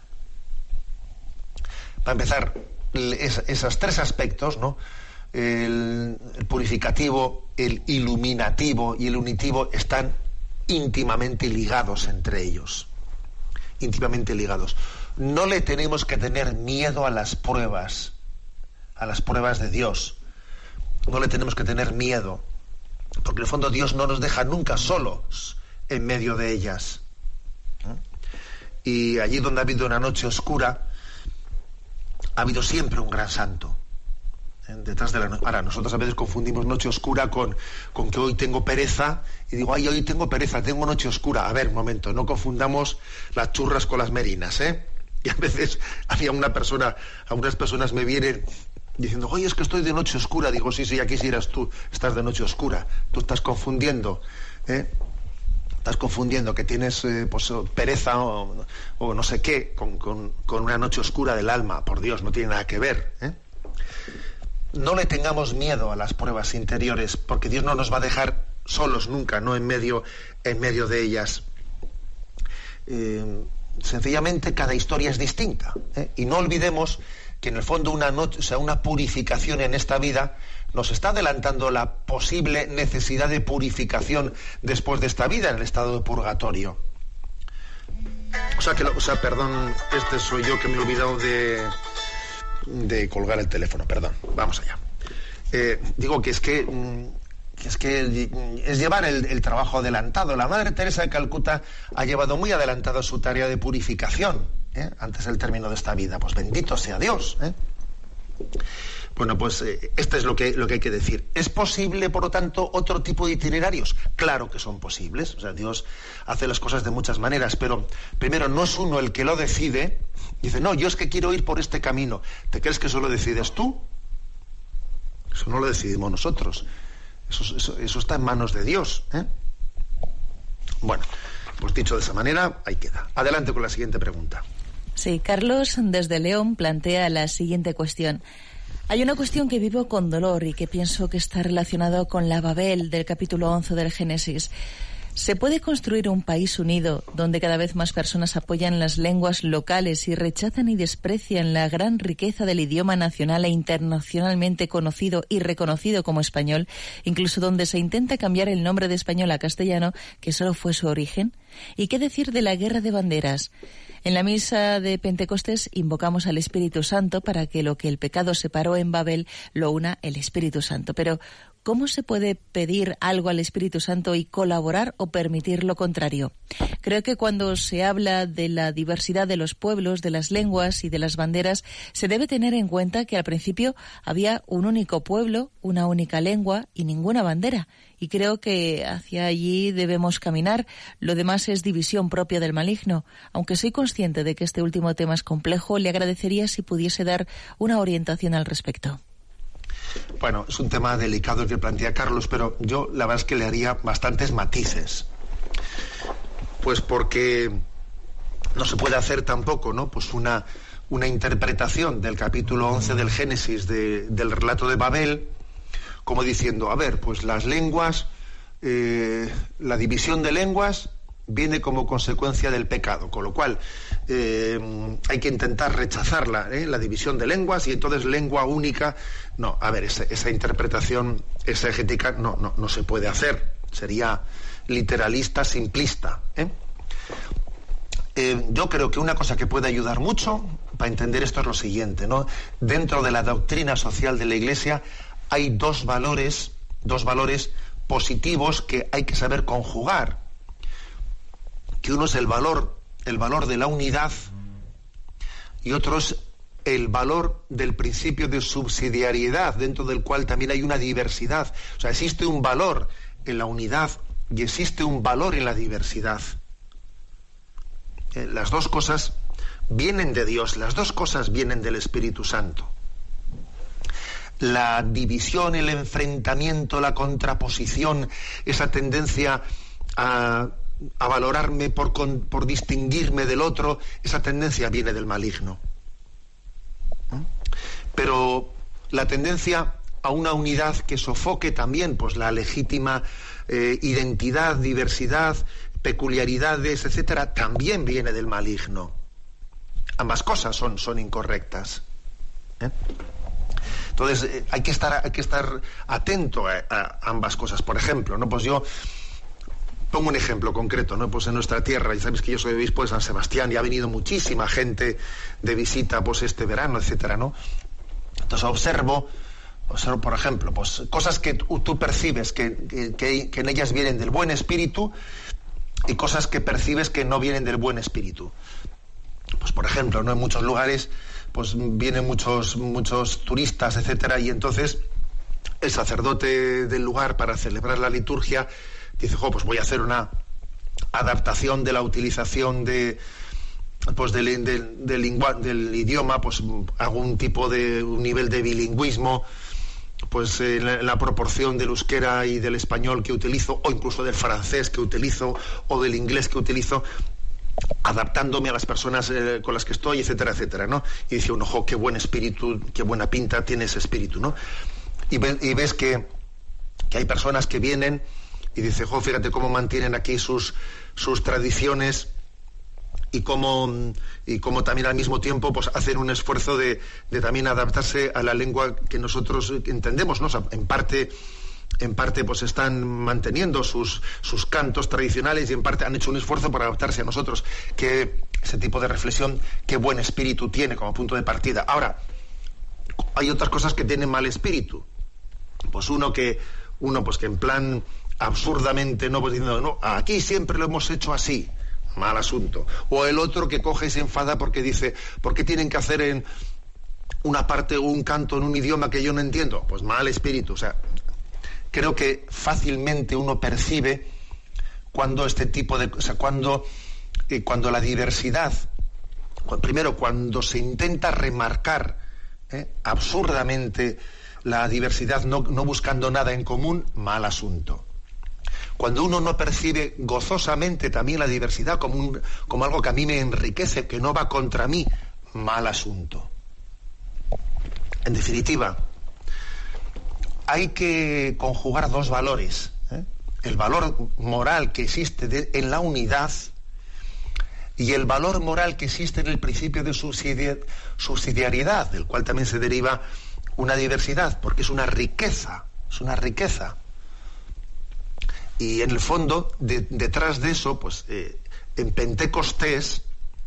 S3: Para empezar, esos 3 aspectos, ¿no? El purificativo, el iluminativo y el unitivo están íntimamente ligados entre ellos. Íntimamente ligados. No le tenemos que tener miedo a las pruebas de Dios. No le tenemos que tener miedo, porque en el fondo Dios no nos deja nunca solos en medio de ellas. Y allí donde ha habido una noche oscura, ha habido siempre un gran santo. Detrás de ahora, nosotros a veces confundimos noche oscura con que hoy tengo pereza, y digo, ay, hoy tengo pereza, tengo noche oscura. A ver, un momento, no confundamos las churras con las merinas, ¿eh? Y a veces algunas personas me vienen diciendo, oye, es que estoy de noche oscura. Digo, sí, ya quisieras tú, estás de noche oscura. Tú estás confundiendo, Estás confundiendo que tienes pues, pereza o no sé qué con una noche oscura del alma. Por Dios, no tiene nada que ver, ¿eh? No le tengamos miedo a las pruebas interiores, porque Dios no nos va a dejar solos nunca, no en medio de ellas. Sencillamente cada historia es distinta, ¿eh? Y no olvidemos que en el fondo una purificación en esta vida nos está adelantando la posible necesidad de purificación después de esta vida en el estado de purgatorio. Perdón, soy yo que me he olvidado de colgar el teléfono, perdón, vamos allá. Digo que es llevar el trabajo adelantado. La Madre Teresa de Calcuta ha llevado muy adelantado su tarea de purificación, antes del término de esta vida. Pues bendito sea Dios, ¿eh? Bueno, pues esto es lo que hay que decir. ¿Es posible, por lo tanto, otro tipo de itinerarios? Claro que son posibles. O sea, Dios hace las cosas de muchas maneras, pero primero, no es uno el que lo decide. Dice, no, yo es que quiero ir por este camino. ¿Te crees que eso lo decides tú? Eso no lo decidimos nosotros. Eso está en manos de Dios, ¿eh? Bueno, pues dicho de esa manera, ahí queda. Adelante con la siguiente pregunta.
S4: Sí, Carlos desde León plantea la siguiente cuestión. Hay una cuestión que vivo con dolor y que pienso que está relacionado con la Babel del capítulo 11 del Génesis. ¿Se puede construir un país unido donde cada vez más personas apoyan las lenguas locales y rechazan y desprecian la gran riqueza del idioma nacional e internacionalmente conocido y reconocido como español, incluso donde se intenta cambiar el nombre de español a castellano, que solo fue su origen? ¿Y qué decir de la guerra de banderas? En la misa de Pentecostés invocamos al Espíritu Santo para que lo que el pecado separó en Babel lo una el Espíritu Santo. Pero, ¿cómo se puede pedir algo al Espíritu Santo y colaborar o permitir lo contrario? Creo que cuando se habla de la diversidad de los pueblos, de las lenguas y de las banderas, se debe tener en cuenta que al principio había un único pueblo, una única lengua y ninguna bandera. Y creo que hacia allí debemos caminar. Lo demás es división propia del maligno. Aunque soy consciente de que este último tema es complejo, le agradecería si pudiese dar una orientación al respecto.
S3: Bueno, es un tema delicado el que plantea Carlos, pero yo la verdad es que le haría bastantes matices. Pues porque no se puede hacer tampoco, ¿no? Pues una interpretación del capítulo 11 del Génesis del relato de Babel, como diciendo, a ver, pues las lenguas, la división de lenguas viene como consecuencia del pecado, con lo cual hay que intentar rechazarla, la división de lenguas, y entonces lengua única. No, a ver, esa interpretación exegética no se puede hacer, sería literalista, simplista, yo creo que una cosa que puede ayudar mucho para entender esto es lo siguiente, ¿no? Dentro de la doctrina social de la Iglesia hay dos valores positivos que hay que saber conjugar. Que uno es el valor de la unidad y otro es el valor del principio de subsidiariedad, dentro del cual también hay una diversidad. O sea, existe un valor en la unidad y existe un valor en la diversidad. Las dos cosas vienen de Dios, las dos cosas vienen del Espíritu Santo. La división, el enfrentamiento, la contraposición, esa tendencia a valorarme por distinguirme del otro, esa tendencia viene del maligno. Pero la tendencia a una unidad que sofoque también pues la legítima identidad, diversidad, peculiaridades, etcétera, también viene del maligno. Ambas cosas son incorrectas. Entonces hay que estar atento a ambas cosas. Por ejemplo, ¿no? Pues yo pongo un ejemplo concreto, ¿no? Pues en nuestra tierra, y sabéis que yo soy obispo de San Sebastián y ha venido muchísima gente de visita pues este verano, etcétera, ¿no? Entonces observo, por ejemplo, pues cosas que tú percibes que en ellas vienen del buen espíritu y cosas que percibes que no vienen del buen espíritu. Pues por ejemplo, ¿no? En muchos lugares pues vienen muchos turistas, etcétera, y entonces el sacerdote del lugar, para celebrar la liturgia, dice, pues voy a hacer una adaptación de la utilización del idioma, pues hago un nivel de bilingüismo, pues la proporción del euskera y del español que utilizo, o incluso del francés que utilizo, o del inglés que utilizo, adaptándome a las personas con las que estoy, etcétera, etcétera, ¿no? Y dice uno, qué buen espíritu, qué buena pinta tiene ese espíritu, ¿no? Y ves que hay personas que vienen y dice, fíjate cómo mantienen aquí sus tradiciones, y cómo también al mismo tiempo pues hacen un esfuerzo de también adaptarse a la lengua que nosotros entendemos, ¿no? O sea, en parte pues están manteniendo sus cantos tradicionales, y en parte han hecho un esfuerzo por adaptarse a nosotros. Que ese tipo de reflexión, qué buen espíritu tiene como punto de partida. Ahora, hay otras cosas que tienen mal espíritu. Pues uno que en plan absurdamente, no, pues diciendo, no, aquí siempre lo hemos hecho así, mal asunto. O el otro que coge y se enfada porque dice, ¿por qué tienen que hacer en una parte un canto en un idioma que yo no entiendo? Pues mal espíritu. O sea, creo que fácilmente uno percibe cuando cuando la diversidad, primero cuando se intenta remarcar absurdamente la diversidad, no buscando nada en común, mal asunto. Cuando uno no percibe gozosamente también la diversidad como algo que a mí me enriquece, que no va contra mí, mal asunto. En definitiva, hay que conjugar dos valores, el valor moral que existe en la unidad y el valor moral que existe en el principio de subsidiariedad, del cual también se deriva una diversidad, porque es una riqueza. Y en el fondo, detrás de eso, pues en Pentecostés,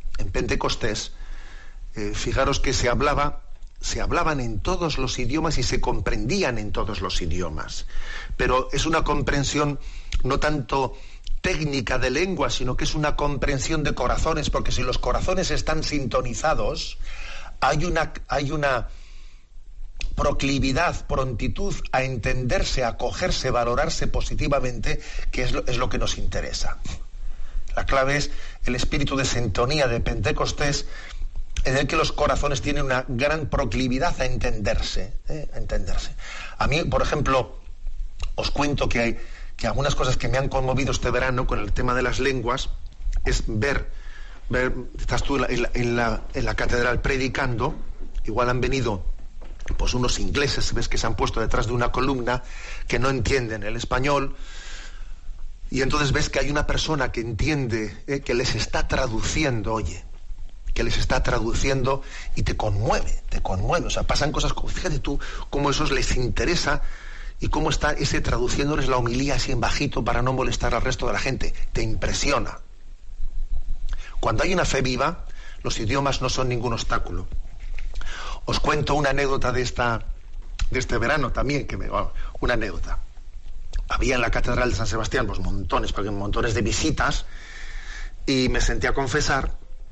S3: fijaros que se hablaban en todos los idiomas y se comprendían en todos los idiomas. Pero es una comprensión no tanto técnica de lengua, sino que es una comprensión de corazones, porque si los corazones están sintonizados, hay una proclividad, prontitud a entenderse, a acogerse, valorarse positivamente, que es lo que nos interesa. La clave es el espíritu de sintonía de Pentecostés, en el que los corazones tienen una gran proclividad a entenderse. A mí, por ejemplo, os cuento que algunas cosas que me han conmovido este verano con el tema de las lenguas es ver estás tú en la catedral predicando, igual han venido pues unos ingleses, ves que se han puesto detrás de una columna, que no entienden el español, y entonces ves que hay una persona que entiende, que les está traduciendo, que les está traduciendo, y te conmueve, o sea, pasan cosas, fíjate tú cómo eso les interesa, y cómo está ese traduciéndoles la homilía así en bajito para no molestar al resto de la gente, te impresiona. Cuando hay una fe viva, los idiomas no son ningún obstáculo. Os cuento una anécdota de este verano también, una anécdota. Había en la Catedral de San Sebastián pues montones de visitas, y me siento a confesar,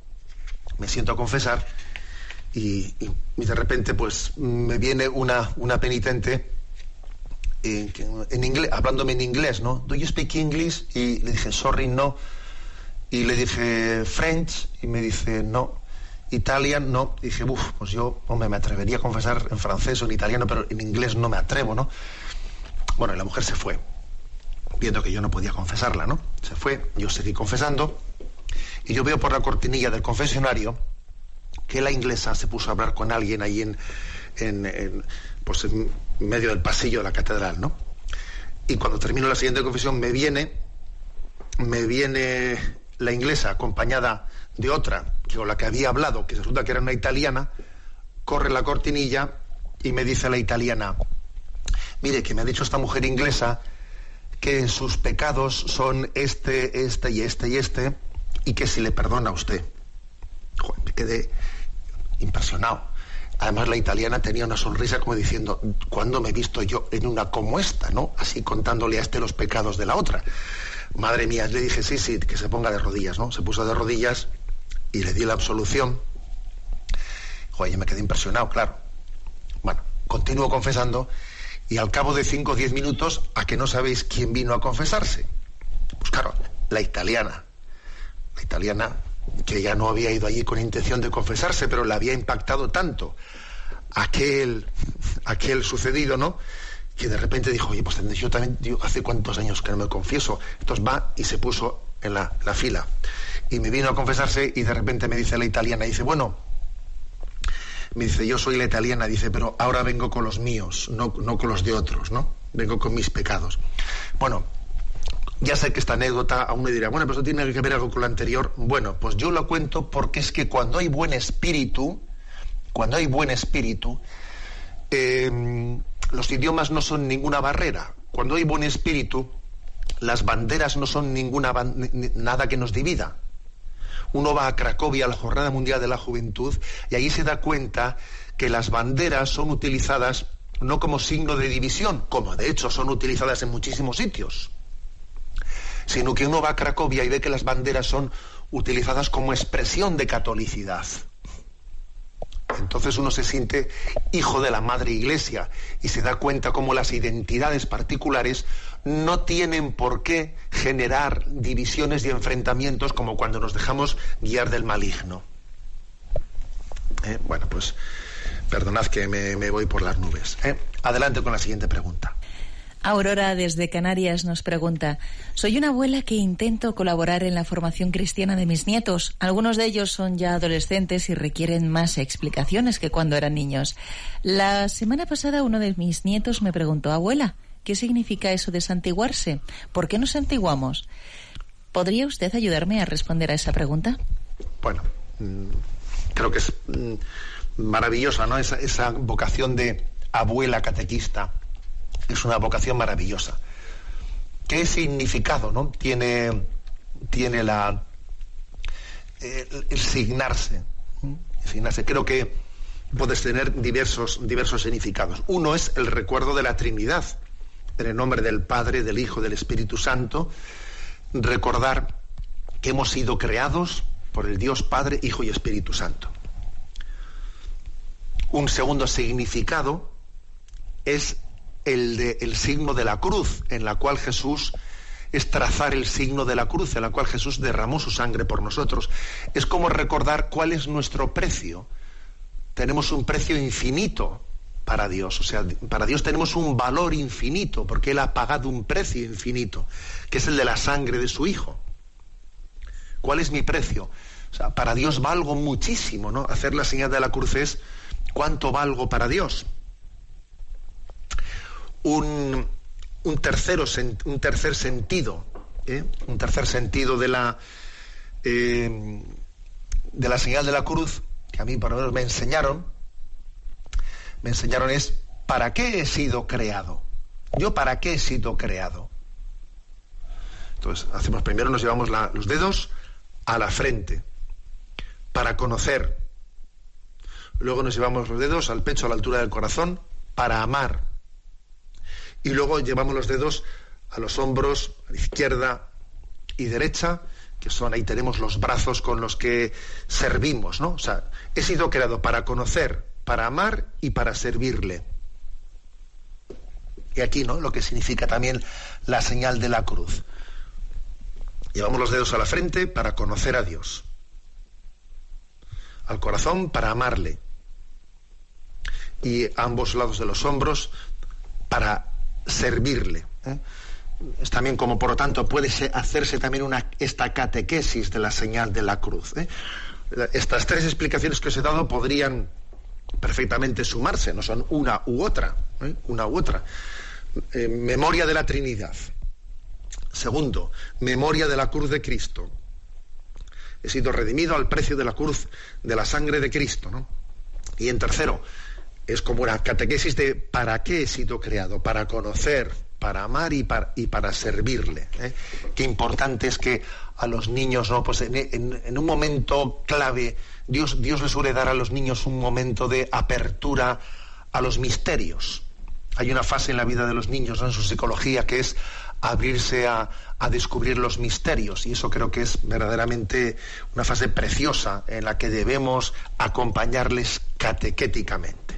S3: y de repente pues me viene una penitente en inglés, hablándome en inglés, ¿no? ¿Do you speak English? Y le dije, sorry, no. Y le dije, French, y me dice, no. Italian, no. Y dije, pues yo, hombre, me atrevería a confesar en francés o en italiano, pero en inglés no me atrevo, ¿no? Bueno, y la mujer se fue, viendo que yo no podía confesarla, ¿no? Se fue, yo seguí confesando, y yo veo por la cortinilla del confesionario que la inglesa se puso a hablar con alguien ahí en medio del pasillo de la catedral, ¿no? Y cuando termino la siguiente confesión me viene la inglesa acompañada de otra con la que había hablado, que resulta que era una italiana, corre la cortinilla y me dice la italiana, mire, que me ha dicho esta mujer inglesa que sus pecados son este y este, y que si le perdona a usted. Joder, me quedé impresionado. Además la italiana tenía una sonrisa como diciendo, ¿cuándo me he visto yo en una como esta, no? Así contándole a los pecados de la otra. Madre mía, le dije, sí, que se ponga de rodillas, ¿no? Se puso de rodillas y le di la absolución. Joder, yo me quedé impresionado, claro. Bueno, continúo confesando y al cabo de 5 o 10 minutos, ¿a que no sabéis quién vino a confesarse? Pues claro, la italiana. La italiana, que ya no había ido allí con intención de confesarse, pero le había impactado tanto aquel sucedido, ¿no?, que de repente dijo, oye, pues yo también, hace cuántos años que no me confieso. Entonces va y se puso en la fila. Y me vino a confesarse y de repente me dice la italiana, dice, bueno, me dice, yo soy la italiana, dice, pero ahora vengo con los míos, no con los de otros, ¿no? Vengo con mis pecados. Bueno, ya sé que esta anécdota aún me dirá, bueno, pues no tiene que ver algo con lo anterior. Bueno, pues yo lo cuento porque es que cuando hay buen espíritu, los idiomas no son ninguna barrera. Cuando hay buen espíritu, las banderas no son nada que nos divida. Uno va a Cracovia a la Jornada Mundial de la Juventud y ahí se da cuenta que las banderas son utilizadas no como signo de división, como de hecho son utilizadas en muchísimos sitios, sino que uno va a Cracovia y ve que las banderas son utilizadas como expresión de catolicidad. Entonces uno se siente hijo de la Madre Iglesia y se da cuenta cómo las identidades particulares no tienen por qué generar divisiones y enfrentamientos como cuando nos dejamos guiar del maligno. Bueno, pues perdonad que me voy por las nubes. Adelante con la siguiente pregunta.
S4: Aurora, desde Canarias, nos pregunta: soy una abuela que intento colaborar en la formación cristiana de mis nietos. Algunos de ellos son ya adolescentes y requieren más explicaciones que cuando eran niños. La semana pasada uno de mis nietos me preguntó: abuela, ¿qué significa eso de santiguarse? ¿Por qué nos santiguamos? ¿Podría usted ayudarme a responder a esa pregunta?
S3: Bueno, creo que es maravillosa, ¿no? Esa vocación de abuela catequista. Es una vocación maravillosa. ¿Qué significado, no, tiene el signarse? Creo que puedes tener diversos significados. Uno es el recuerdo de la Trinidad, en el nombre del Padre, del Hijo, del Espíritu Santo. Recordar que hemos sido creados por el Dios Padre, Hijo y Espíritu Santo. Un segundo significado es el signo de la cruz, en la cual Jesús, es trazar el signo de la cruz, en la cual Jesús derramó su sangre por nosotros. Es como recordar cuál es nuestro precio. Tenemos un precio infinito para Dios, o sea, para Dios tenemos un valor infinito, porque Él ha pagado un precio infinito, que es el de la sangre de su Hijo. ¿Cuál es mi precio? O sea, para Dios valgo muchísimo, ¿no? Hacer la señal de la cruz es ¿cuánto valgo para Dios? Un tercer sentido de la señal de la cruz, que a mí por lo menos me enseñaron es ¿para qué he sido creado? ¿Yo para qué he sido creado? Entonces, primero nos llevamos los dedos a la frente para conocer. Luego nos llevamos los dedos al pecho, a la altura del corazón, para amar. Y luego llevamos los dedos a los hombros, a la izquierda y derecha, que son, ahí tenemos los brazos con los que servimos, ¿no? O sea, he sido creado para conocer, para amar y para servirle. Y aquí, ¿no?, lo que significa también la señal de la cruz. Llevamos los dedos a la frente para conocer a Dios, al corazón para amarle, y a ambos lados de los hombros para servirle. Es también como, por lo tanto, puede hacerse también esta catequesis de la señal de la cruz. Estas tres explicaciones que os he dado podrían perfectamente sumarse, no son una u otra. Memoria de la Trinidad. Segundo, memoria de la cruz de Cristo. He sido redimido al precio de la cruz, de la sangre de Cristo, ¿no? Y en tercero, es como una catequesis de ¿para qué he sido creado? Para conocer, para amar y para servirle. Qué importante es que a los niños, ¿no?, pues en un momento clave, Dios les suele dar a los niños un momento de apertura a los misterios. Hay una fase en la vida de los niños, ¿no?, en su psicología, que es abrirse a descubrir los misterios, y eso creo que es verdaderamente una fase preciosa en la que debemos acompañarles catequéticamente.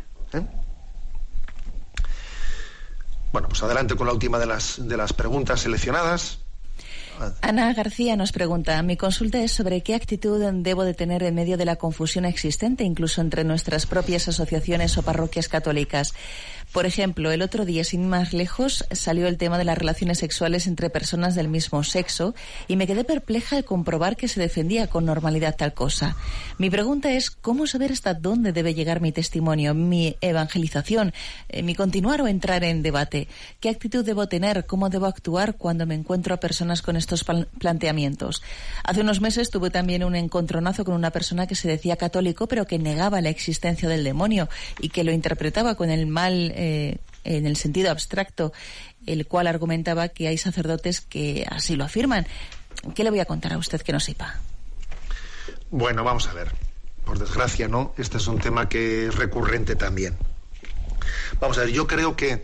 S3: Bueno, pues adelante con la última de las preguntas seleccionadas.
S4: Ana García nos pregunta: mi consulta es sobre qué actitud debo de tener en medio de la confusión existente, incluso entre nuestras propias asociaciones o parroquias católicas. Por ejemplo, el otro día, sin ir más lejos, salió el tema de las relaciones sexuales entre personas del mismo sexo y me quedé perpleja al comprobar que se defendía con normalidad tal cosa. Mi pregunta es: ¿cómo saber hasta dónde debe llegar mi testimonio, mi evangelización, mi continuar o entrar en debate? ¿Qué actitud debo tener? ¿Cómo debo actuar cuando me encuentro a personas con estos planteamientos? Hace unos meses tuve también un encontronazo con una persona que se decía católico, pero que negaba la existencia del demonio y que lo interpretaba con el mal en el sentido abstracto, el cual argumentaba que hay sacerdotes que así lo afirman. ¿Qué le voy a contar a usted que no sepa?
S3: Bueno, vamos a ver. Por desgracia, ¿no? Este es un tema que es recurrente también. Vamos a ver, yo creo que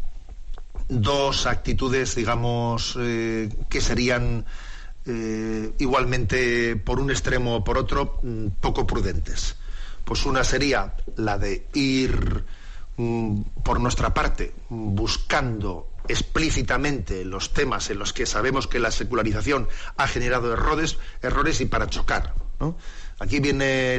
S3: dos actitudes, digamos, que serían igualmente por un extremo o por otro poco prudentes. Pues una sería la de ir por nuestra parte buscando explícitamente los temas en los que sabemos que la secularización ha generado errores y para chocar, ¿no? Aquí viene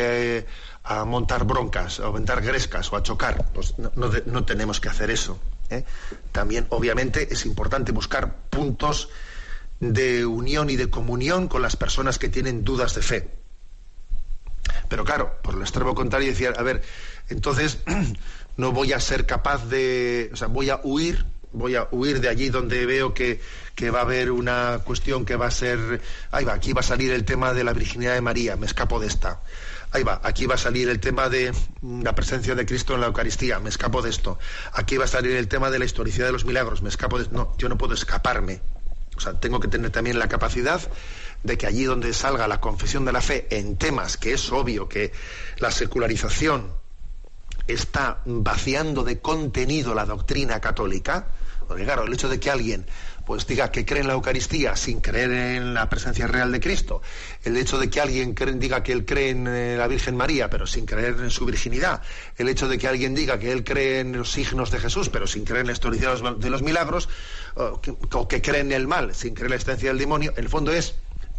S3: a montar broncas, a aumentar grescas o a chocar. Pues no tenemos que hacer eso, ¿eh? También, obviamente, es importante buscar puntos de unión y de comunión con las personas que tienen dudas de fe. Pero claro, por el extremo contrario, decía, a ver, entonces no voy a ser capaz de... O sea, voy a huir de allí donde veo que va a haber una cuestión que va a ser... Ahí va, aquí va a salir el tema de la virginidad de María, me escapo de esta. Ahí va, aquí va a salir el tema de la presencia de Cristo en la Eucaristía, me escapo de esto. Aquí va a salir el tema de la historicidad de los milagros, me escapo de... No, yo no puedo escaparme. O sea, tengo que tener también la capacidad de que allí donde salga la confesión de la fe en temas que es obvio que la secularización está vaciando de contenido la doctrina católica, porque claro, el hecho de que alguien pues diga que cree en la Eucaristía sin creer en la presencia real de Cristo, el hecho de que alguien diga que él cree en la Virgen María pero sin creer en su virginidad, el hecho de que alguien diga que él cree en los signos de Jesús pero sin creer en la historicidad de los milagros, o que cree en el mal sin creer en la existencia del demonio, en el fondo es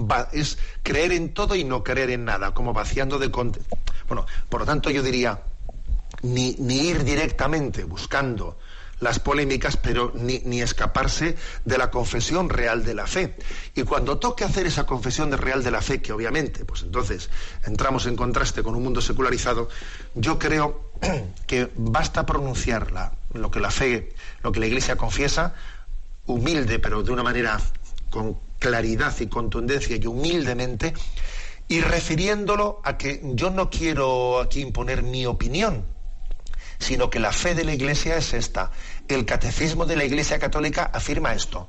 S3: creer en todo y no creer en nada, como vaciando de contenido. Bueno, por lo tanto yo diría ni ir directamente buscando las polémicas, pero ni escaparse de la confesión real de la fe. Y cuando toque hacer esa confesión real de la fe, que obviamente, pues entonces entramos en contraste con un mundo secularizado, yo creo que basta pronunciarla, lo que la Iglesia confiesa, humilde, pero de una manera con claridad y contundencia y humildemente, y refiriéndolo a que yo no quiero aquí imponer mi opinión, sino que la fe de la Iglesia es esta. El catecismo de la Iglesia Católica afirma esto.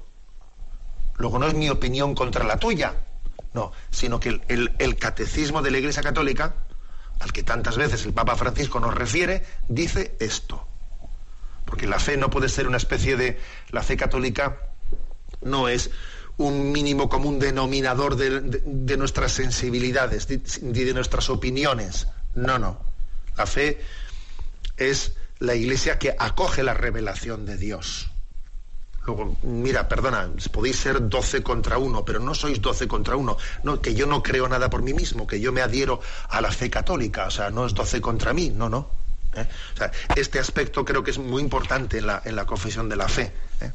S3: Luego no es mi opinión contra la tuya, no, sino que el catecismo de la Iglesia Católica, al que tantas veces el Papa Francisco nos refiere, dice esto. Porque la fe no puede ser una especie de... La fe católica no es un mínimo común denominador de nuestras sensibilidades, de nuestras opiniones. No. La fe es la Iglesia que acoge la revelación de Dios. Luego, mira, perdona, podéis ser 12 contra 1, pero no sois 12 contra 1. No, que yo no creo nada por mí mismo, que yo me adhiero a la fe católica. O sea, no es 12 contra mí, no. O sea, este aspecto creo que es muy importante en la confesión de la fe.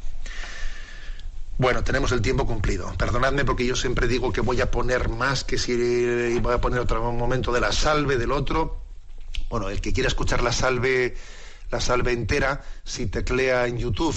S3: Bueno, tenemos el tiempo cumplido. Perdonadme porque yo siempre digo que voy a poner más, que si voy a poner otro momento de la salve, del otro. Bueno, el que quiera escuchar la salve entera, si teclea en YouTube,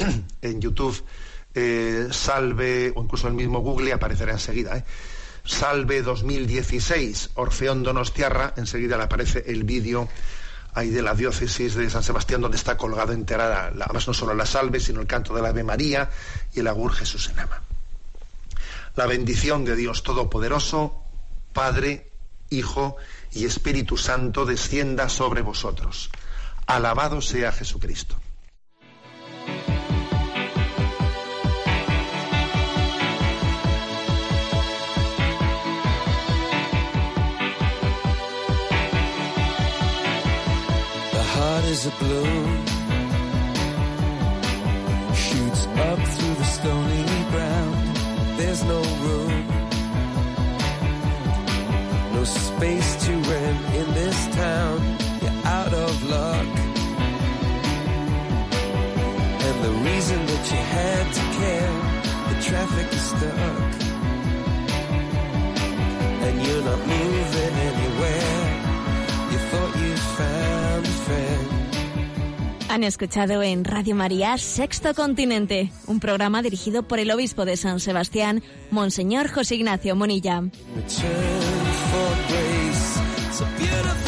S3: salve, o incluso el mismo Google, aparecerá enseguida, Salve 2016, Orfeón Donostiarra, enseguida le aparece el vídeo ahí de la diócesis de San Sebastián, donde está colgado entera, además no solo la salve, sino el canto de la Ave María y el Agur Jesús en Ama. La bendición de Dios Todopoderoso, Padre, Hijo y Espíritu Santo, descienda sobre vosotros. Alabado sea Jesucristo.
S1: is a bloom, shoots up through the stony ground. There's no room, no space to rent in this town. You're out of luck, and the reason that you had to care, the traffic is stuck, and you're not moving anywhere. You thought you found a friend.
S2: Han escuchado en Radio María Sexto Continente, un programa dirigido por el obispo de San Sebastián, Monseñor José Ignacio Monilla.
S1: Return for grace, so beautiful.